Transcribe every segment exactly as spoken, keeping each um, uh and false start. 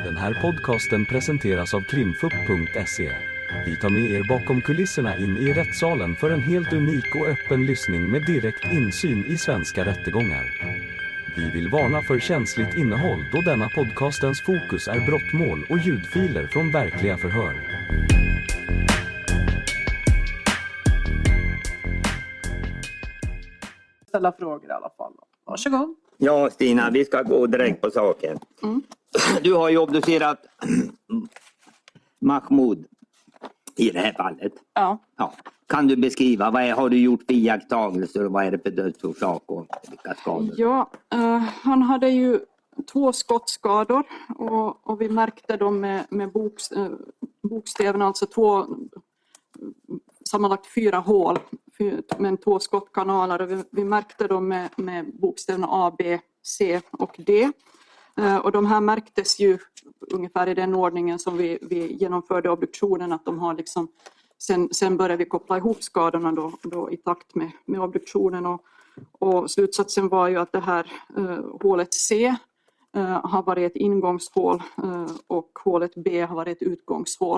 Den här podcasten presenteras av krimfupp punkt se. Vi tar med er bakom kulisserna in i rättssalen för en helt unik och öppen lyssning med direkt insyn i svenska rättegångar. Vi vill varna för känsligt innehåll då denna podcastens fokus är brottmål och ljudfiler från verkliga förhör. Ställa frågor i alla fall. Varsågod. Ja, Stina, vi ska gå direkt på saken. Mm. Du har ju obducerat Mahmoud i det här fallet. Ja. Ja. Kan du beskriva, vad är, har du gjort för iakttagelser och vad är det för dödsorsak och vilka skador? Ja, uh, han hade ju två skottskador och, och vi märkte dem med, med boks, uh, bokstäverna, alltså två, sammanlagt fyra hål med två skottkanaler. Och vi, vi märkte dem med, med bokstäverna A, B, C och D. Uh, och de här märktes ju ungefär i den ordningen som vi, vi genomförde obduktionen, att de har liksom, sen, sen började vi koppla ihop skadorna då, då i takt med, med obduktionen och, och slutsatsen var ju att det här uh, hålet C uh, har varit ett ingångshål uh, och hålet B har varit ett utgångshål.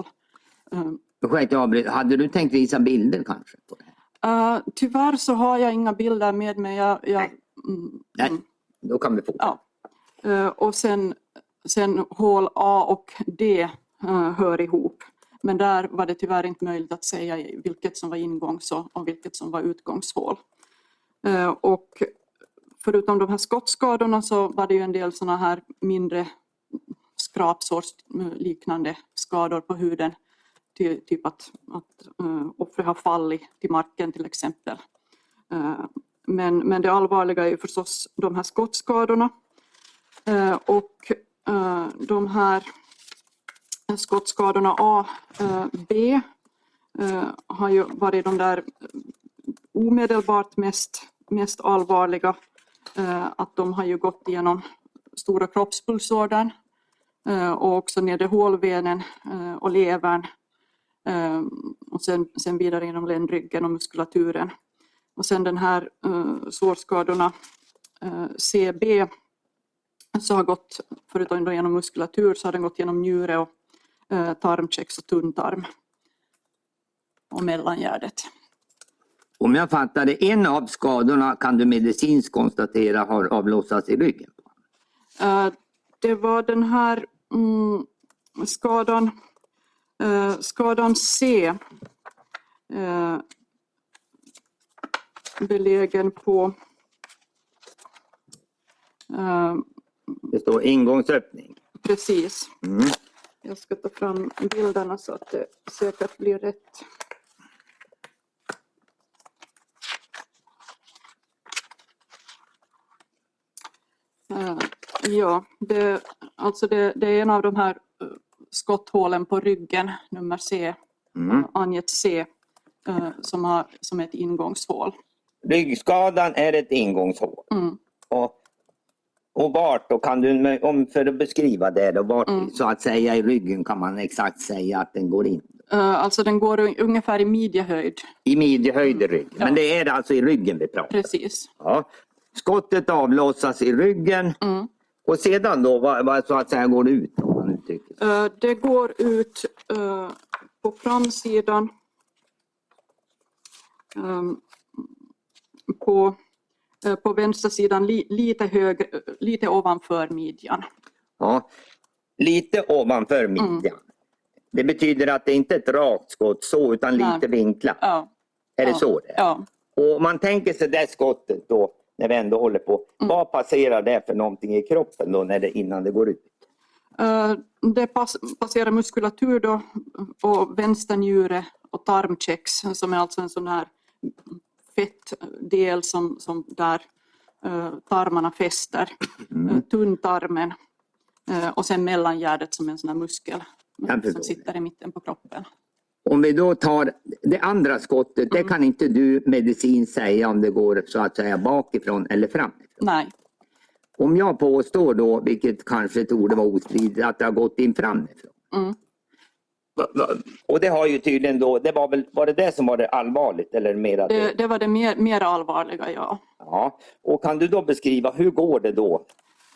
Uh, Hade du tänkt visa bilder kanske? På det? Uh, tyvärr så har jag inga bilder med mig. Jag, jag, Nej. Mm, Nej, då kan vi få. Ja. Uh, och sen, sen hål A och D uh, hör ihop. Men där var det tyvärr inte möjligt att säga vilket som var ingångs- och vilket som var utgångshål. Uh, och förutom de här skottskadorna så var det ju en del såna här mindre skrapsår liknande skador på huden. Ty, typ att, att uh, offret har fallit till marken till exempel. Uh, men, men det allvarliga är ju förstås de här skottskadorna. Uh, och uh, de här skottskadorna A, uh, B uh, har ju varit de där omedelbart mest, mest allvarliga. Uh, att de har ju gått igenom stora kroppspulsådern uh, och också nedre hålvenen uh, och levern. Uh, och sen, sen vidare genom ländryggen och muskulaturen. Och sen den här uh, sårskadorna uh, C B så har gått, förutom genom muskulatur, så har den gått genom njure och uh, tarmkex och tunntarm och mellangärdet. Om jag fattar det, en av skadorna kan du medicinskt konstatera har avlossats i ryggen? Uh, det var den här um, skadan uh, skadan C uh, belägen på uh, det står ingångsöppning. Precis. Mm. Jag ska ta fram bilderna så att det säkert blir rätt. Uh, ja, det, alltså det, det är en av de här skotthålen på ryggen, nummer C, mm. uh, angett C, uh, som, har, som är ett ingångshål. Ryggskadan är ett ingångshål. Mm. Och, och vart då kan du, om för att beskriva det då, vart mm. så att säga i ryggen kan man exakt säga att den går in? Uh, alltså den går ungefär i midjehöjd. I midjehöjd i ryggen, ja. Men det är alltså i ryggen vi pratar? Precis. Ja. Skottet avlossas i ryggen mm. och sedan då, vad, vad så att säga går det ut? Om man uttrycker. Uh, det går ut uh, på framsidan um, på, uh, på vänstersidan li, lite, högre, lite ovanför midjan. Ja, lite ovanför midjan. Mm. Det betyder att det inte är ett rakt skott så utan Nej. lite vinklat. Ja. Är det ja. så det är? Ja. Och om man tänker sig det skottet då, när vi ändå håller på, mm. vad passerar det för någonting i kroppen då när det, innan det går ut? Uh, det pass, passerar muskulatur då och vänsternjure och tarmkex som är alltså en sån här fettdel som, som där uh, tarmarna fäster. Mm. Uh, tunntarmen uh, och sen mellangärdet som är en sån här muskel som sitter i mitten på kroppen. Om vi då tar det andra skottet, mm. det kan inte du medicin säga om det går så att säga bakifrån eller framifrån. Nej. Om jag påstår då, vilket kanske torde vara ostridigt, att det har gått in framifrån. Mm. Och det har ju tydligen då, det var väl, var det det som var det allvarligt eller mera det? Det, det var det mer, mer allvarliga, ja. Ja, och kan du då beskriva, hur går det då?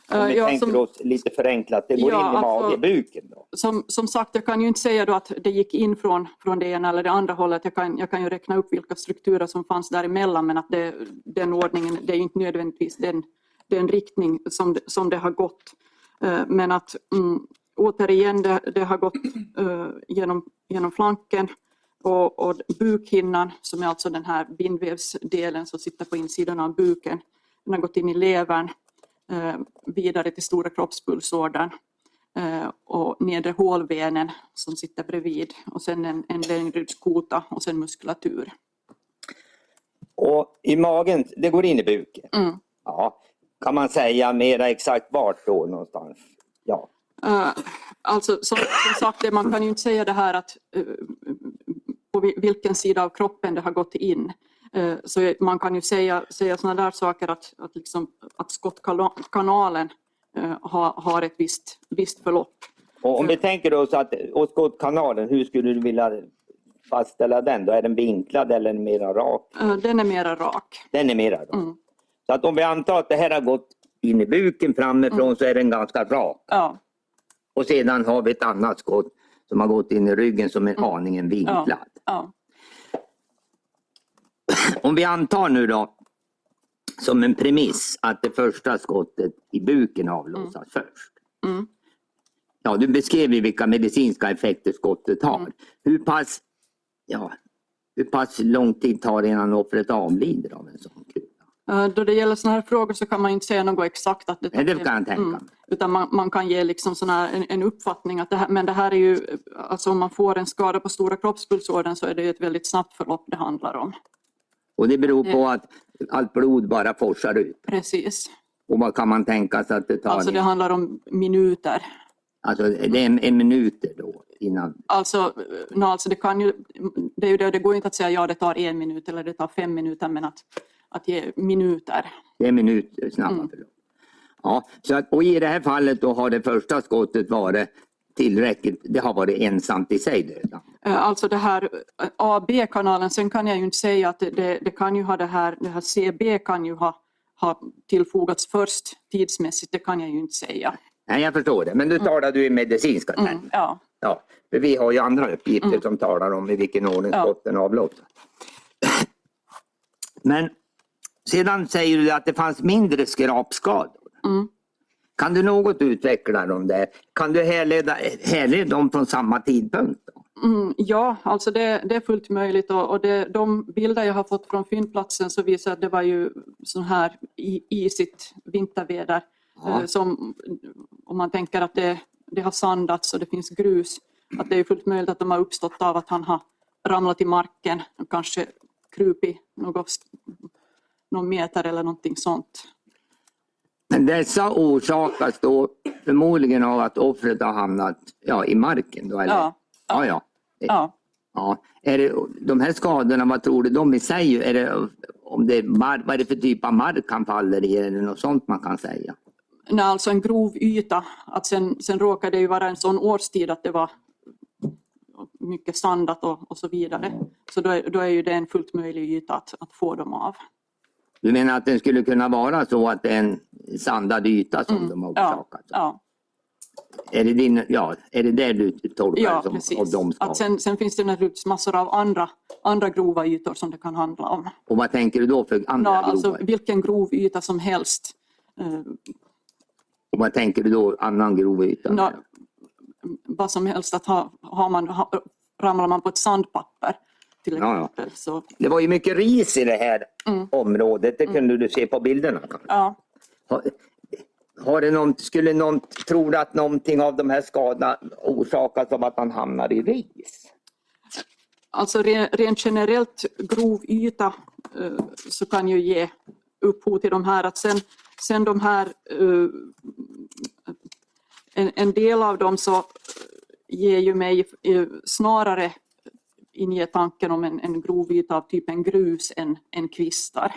Om vi ja, tänker som, oss lite förenklat, det går ja, in i alltså, magebuken då. Som, som sagt, jag kan ju inte säga då att det gick in från, från det ena eller det andra hållet. Jag kan, jag kan ju räkna upp vilka strukturer som fanns däremellan, men att det, den ordningen, det är inte nödvändigtvis den, den riktning som, som det har gått. Men att mm, återigen, det, det har gått uh, genom, genom flanken och, och bukhinnan, som är alltså den här bindvävsdelen som sitter på insidan av buken. Den har gått in i levern, uh, vidare till stora kroppspulsådern uh, och nedre hålvenen som sitter bredvid, och sen en, en längdryggskota och sen muskulatur. Och i magen, det går in i buken? Mm. Ja. Kan man säga mera exakt vart då någonstans? Ja. Uh, alltså som, som sagt, det, man kan ju inte säga det här att uh, på vilken sida av kroppen det har gått in. Uh, så man kan ju säga, säga sådana där saker att, att, liksom, att skottkanalen uh, har, har ett visst, visst förlopp. Och om vi tänker då så att och skottkanalen, hur skulle du vilja fastställa den då? Är den vinklad eller mera rak? Uh, den är mera rak. Den är mera rak. Mm. Så att om vi antar att det här har gått in i buken framifrån mm. så är den ganska rak. Ja. Och sedan har vi ett annat skott som har gått in i ryggen som är mm. aningen vinklad. Ja. Ja. Om vi antar nu då som en premiss att det första skottet i buken avlossas mm. först. Mm. Ja, du beskrev ju vilka medicinska effekter skottet har. Mm. Hur pass, ja, hur pass lång tid tar det innan offret avlider av en sån kula? Då det gäller såna här frågor så kan man inte säga något exakt. Att det, Nej, det kan jag tänka. Mm, utan man, man kan ge liksom såna här, en, en uppfattning. Att det här, men det här är ju, alltså om man får en skada på stora kroppspulsådern så är det ett väldigt snabbt förlopp det handlar om. Och det beror på att allt blod bara forsar ut? Precis. Och vad kan man tänka sig att det tar? Alltså det handlar om minuter. Alltså det är en, en minuter då? Innan. Alltså, no, alltså det, kan ju, det, är ju det, det går inte att säga ja det tar en minut eller det tar fem minuter, men att Att ge minuter. Det är minuter snabba mm. förlopp. Ja, så att, och i det här fallet då har det första skottet varit tillräckligt. Det har varit ensamt i sig döda. Alltså det här A B-kanalen, sen kan jag ju inte säga att det, det, det kan ju ha det här, det här C B kan ju ha, ha tillfogats först tidsmässigt, det kan jag ju inte säga. Nej, jag förstår det. Men nu talar mm. du i medicinska termer. Mm, ja. Ja, för vi har ju andra uppgifter mm. som talar om i vilken ordning ja. skotten avlossas. Men sedan säger du att det fanns mindre skrapskador. Mm. Kan du något utveckla dem där? Kan du härleda, härleda dem från samma tidpunkt? Då? Mm, ja, alltså det, det är fullt möjligt. Och, och det, de bilder jag har fått från fyndplatsen så visar att det var ju sån här isigt vinterväder. Ja. Som, om man tänker att det, det har sandats och det finns grus. Att det är fullt möjligt att de har uppstått av att han har ramlat i marken och kanske krupit något, någon meter eller någonting sånt. Men dessa orsakas då förmodligen av att offret har hamnat ja, i marken då, eller? Ja. Ja, ja. ja. ja. Är det, de här skadorna, vad tror du de i sig? Är det, om det, vad är det för typ av mark han faller i? Eller något sånt man kan säga? Nej, alltså en grov yta. Att sen, sen råkade det ju vara en sån årstid att det var mycket sandat och, och så vidare. Så då är, då är ju det en fullt möjlig yta att, att få dem av. Du menar att det skulle kunna vara så att det är en sandad yta som mm, de har orsakat? Ja, ja. Är det din, ja, är det där du tolkar ja, som precis. av de att sen, sen finns det naturligtvis massor av andra, andra grova ytor som det kan handla om. Och vad tänker du då för andra ja, grova? Alltså vilken grov yta som helst. Och vad tänker du då annan grov yta? No, vad som helst, att ha, har man, ha, ramlar man på ett sandpapper till exempel. Ja, ja. Så. Det var ju mycket ris i det här mm. området, det kunde mm. du se på bilderna. Ja. Har, har det någon, skulle någon tro att någonting av de här skadorna orsakas av att han hamnar i ris? Alltså rent, rent generellt grov yta uh, så kan ju ge upphov till de här. Att sen, sen de här uh, en, en del av dem så ger ju mig uh, snarare inge tanken om en, en grov yta av typ en grus än, än kvistar.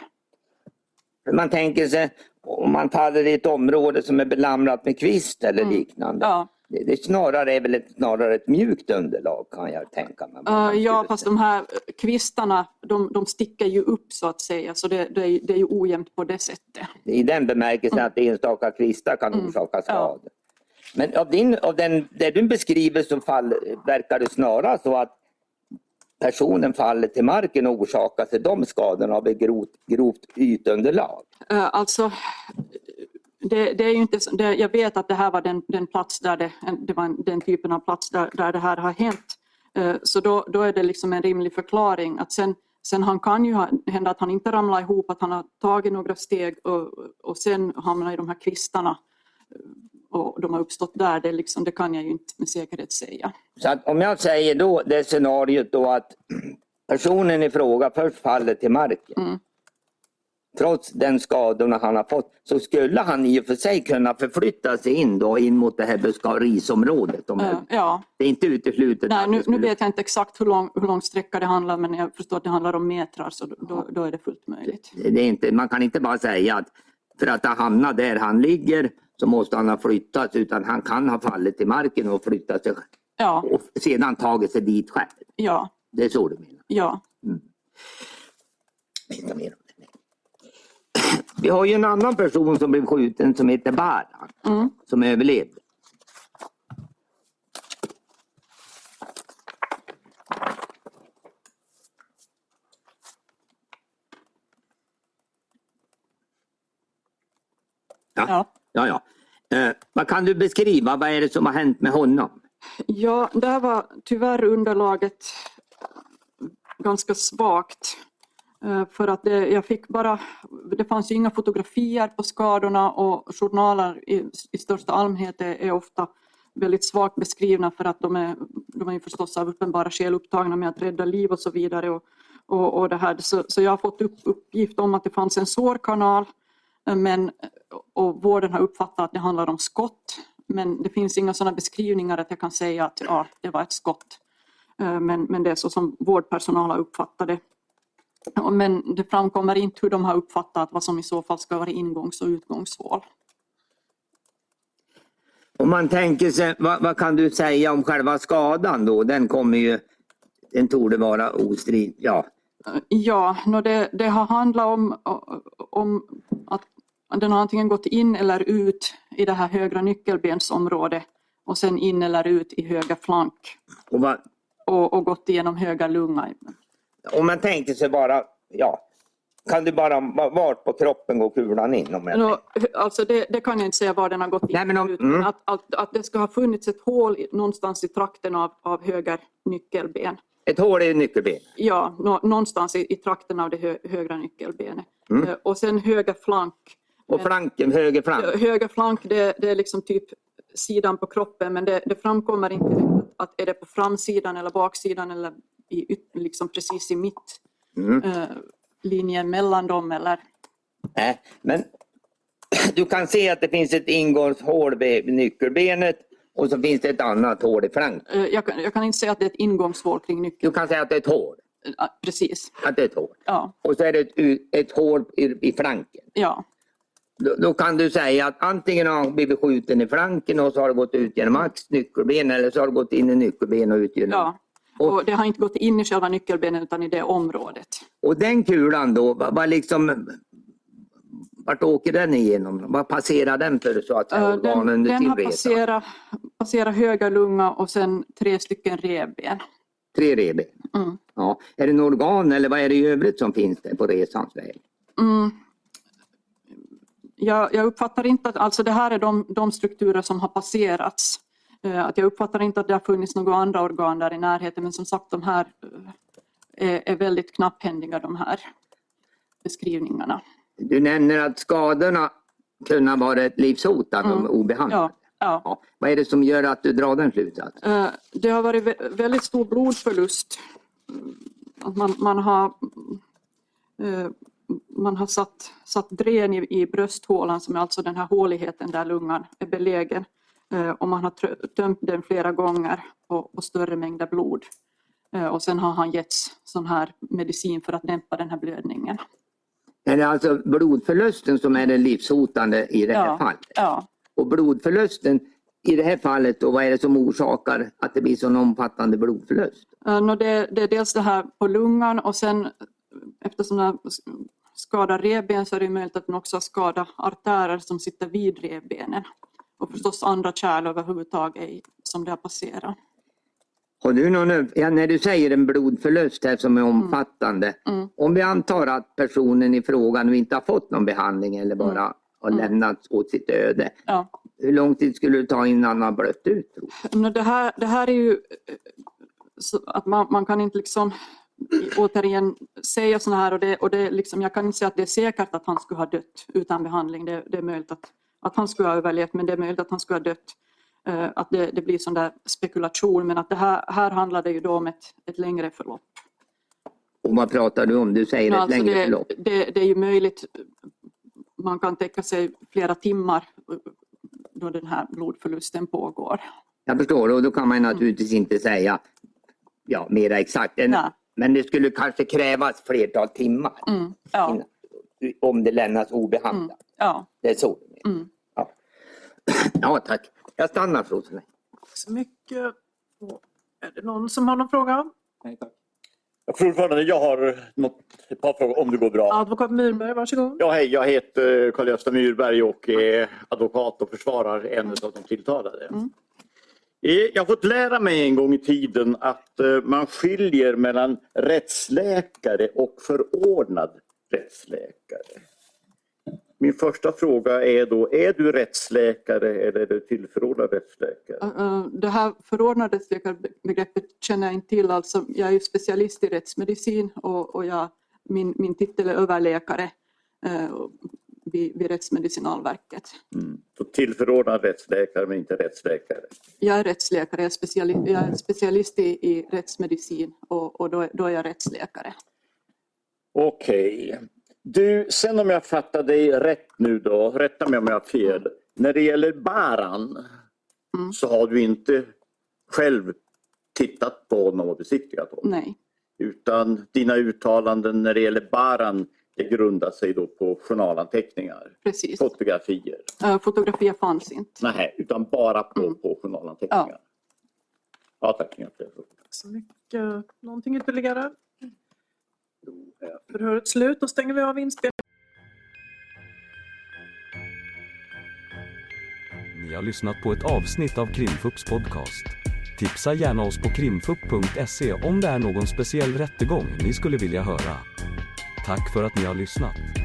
Man tänker sig om man faller i ett område som är belamrat med kvist eller mm. liknande. Ja. Det, det snarare är väl ett, snarare ett mjukt underlag kan jag tänka mig. Uh, ja, fast de här kvistarna, de, de sticker ju upp så att säga, så det, det, är, det är ju ojämnt på det sättet. I den bemärkelsen mm. att enstaka kvistar kan mm. orsaka skador. Ja. Men av, din, av den, det du beskriver så fall, verkar det snarare så att personen faller till marken och orsakar sig de skadorna av ett grovt, grovt ytunderlag. Uh, alltså, det, det är ju inte, det, jag vet att det här var den, den plats där det, det var den typen av plats där, där det här har hänt. Uh, så då, då är det liksom en rimlig förklaring att sen, sen han kan ju ha, hända att han inte ramlar ihop, att han har tagit några steg och, och sen hamnar i de här kvistarna. Och de har uppstått där, det, liksom, det kan jag ju inte med säkerhet säga. Så att om jag säger då det scenariot då att personen i fråga först faller till marken. Mm. Trots den skadorna han har fått så skulle han i och för sig kunna förflytta sig in då in mot det här buskarisområdet. De här, uh, ja. Det är inte uteslutet. Nej, nu, skulle... nu vet jag inte exakt hur lång, hur lång sträcka det handlar om, men jag förstår att det handlar om metrar så då, då är det fullt möjligt. Det är inte, man kan inte bara säga att för att han hamnar där han ligger så måste han ha flyttats, utan han kan ha fallit till marken och flyttat sig ja. och sedan tagit sig dit själv. Ja. Det är så du menar? Ja. Mm. Vi har ju en annan person som blev skjuten som heter Bara, mm. som överlevde. Ja. Ja. Ja, ja. Eh, vad kan du beskriva? Vad är det som har hänt med honom? Ja, där var tyvärr underlaget ganska svagt. Eh, för att det, jag fick bara, det fanns ju inga fotografier på skadorna och journaler i, i största allmänhet är, är ofta väldigt svagt beskrivna för att de är, de är ju förstås av uppenbara skäl upptagna med att rädda liv och så vidare. Och, och, och det här. Så, så jag har fått upp, uppgift om att det fanns en sårkanal. Men, och vården har uppfattat att det handlar om skott, men det finns inga sådana beskrivningar att jag kan säga att ja, det var ett skott. Men, men det är så som vårdpersonal har uppfattat det. Men det framkommer inte hur de har uppfattat vad som i så fall ska vara ingångs- och utgångshål. Om man tänker sig, vad, vad kan du säga om själva skadan då? Den kommer ju, den torde vara ostrid, ja. Ja, det, det har handlat om, om att den har antingen gått in eller ut i det här högra nyckelbensområdet och sen in eller ut i höger flank och, va, och, och gått igenom höger lunga. Om man tänker sig bara, ja, kan du bara, vart på kroppen går kulan in? Om jag no, alltså det, det kan jag inte säga var den har gått in. Nej, men om, ut, mm. att, att, att det ska ha funnits ett hål någonstans i trakten av, av höger nyckelben. Ett hål i nyckelbenet? Ja, nå, någonstans i, i trakten av det hö, högra nyckelbenet. Mm. Uh, och sen höger flank. Och flanken, höger flank? Uh, höger flank, det, det är liksom typ sidan på kroppen, men det, det framkommer inte att är det på framsidan eller baksidan eller i, liksom precis i mitt mm. uh, linjen mellan dem eller... Nej, men du kan se att det finns ett ingångshål vid nyckelbenet. Och så finns det ett annat hål i flanken. Jag kan, jag kan inte säga att det är ett ingångshål kring nyckeln. Du kan säga att det är ett hål? Ja, precis. Att det är ett hål? Ja. Och så är det ett, ett hål i, i flanken? Ja. Då, då kan du säga att antingen har han blivit skjuten i flanken och så har det gått ut genom ax, nyckelben, eller så har det gått in i nyckelben och ut genom... Ja, och, och det har inte gått in i själva nyckelbenen utan i det området. Och den kulan då, var liksom... Vart åker den igenom? Vad passerar den för så att uh, den, under den har passerat, passerat höger lunga och sen tre stycken revben. Tre revben? Mm. Ja. Är det en organ eller vad är det i övrigt som finns där på resans väg? Mm. Jag, jag uppfattar inte att, alltså det här är de, de strukturer som har passerats. Uh, att jag uppfattar inte att det har funnits några andra organ där i närheten, men som sagt de här uh, är, är väldigt knapphändiga de här beskrivningarna. Du nämner att skadorna kunna vara ett livshotande mm. och obehandlade. Ja, ja. Ja. Vad är det som gör att du drar den slutsatsen? Uh, det har varit väldigt stor blodförlust. Man, man har, uh, man har satt, satt dren i, i brösthålan som är alltså den här håligheten där lungan är belägen. Uh, och man har tömt den flera gånger på, på större mängder blod. Uh, och sen har han getts sån här medicin för att dämpa den här blödningen. Är det alltså blodförlusten som är den livshotande i det här ja, fallet? Ja. Och blodförlusten i det här fallet då, vad är det som orsakar att det blir så en omfattande blodförlust? Uh, det, det är dels det här på lungan och sen eftersom den skadar revben så är det möjligt att den också skadar artärer som sitter vid revbenen. Och förstås andra kärl överhuvudtaget som det har passerat. Har du någon, ja, när du säger en blodförlust här som är omfattande. Mm. Mm. Om vi antar att personen i frågan nu inte har fått någon behandling eller bara mm. har mm. lämnats åt sitt öde. Ja. Hur lång tid skulle det ta innan man har blött ut? Det här, det här är ju så att man, man kan inte liksom återigen säga såna här och, det, och det liksom, jag kan inte säga att det är säkert att han skulle ha dött utan behandling. Det, det är möjligt att, att han skulle ha överlevt men det är möjligt att han skulle ha dött. Uh, att det, det blir sån där spekulation men att det här, här handlar det ju då om ett, ett längre förlopp. Och vad pratar du om? Du säger ett alltså längre det, förlopp. Det, det är ju möjligt, man kan tänka sig flera timmar då den här blodförlusten pågår. Jag förstår och då kan man naturligtvis mm. inte säga ja, mera exakt. Än, men det skulle kanske krävas flertal timmar mm. ja. innan, om det lämnas obehandlat. Mm. Ja. Det är så. Mm. Ja. Ja, tack. Jag stannar för oss. Tack så mycket. Är det någon som har någon fråga? Nej, tack. Fru ordförande, jag har något, ett par frågor om det går bra. Advokat Myrberg, varsågod. Ja, hej. Jag heter Carl-Gösta Myrberg och är advokat och försvarar en av de tilltalade. Mm. Jag har fått lära mig en gång i tiden att man skiljer mellan rättsläkare och förordnad rättsläkare. Min första fråga är då, är du rättsläkare eller är du tillförordnad rättsläkare? Det här förordnade rättsläkarbegreppet känner jag inte till. Alltså, jag är ju specialist i rättsmedicin och, och jag, min, min titel är överläkare eh, vid, vid Rättsmedicinalverket. Mm. Så tillförordnad rättsläkare men inte rättsläkare? Jag är rättsläkare, jag är specialist, jag är specialist i, i rättsmedicin och, och då, då är jag rättsläkare. Okej. Okay. Du, sen om jag fattar dig rätt nu då, rätta mig om jag har fel. Mm. När det gäller Baran mm. så har du inte själv tittat på honom och besiktigat honom. Nej. Utan dina uttalanden när det gäller Baran, det grundar sig då på journalanteckningar. Precis. Fotografier. Uh, fotografier fanns inte. Nej, utan bara på, mm. på journalanteckningar. Ja, ja tack. Tack så mycket. Någonting ytterligare? Då är förhöret slut. Då stänger vi av inspelningen. Ni har lyssnat på ett avsnitt av Krimfupps podcast. Tipsa gärna oss på krimfupp punkt se om det är någon speciell rättegång ni skulle vilja höra. Tack för att ni har lyssnat.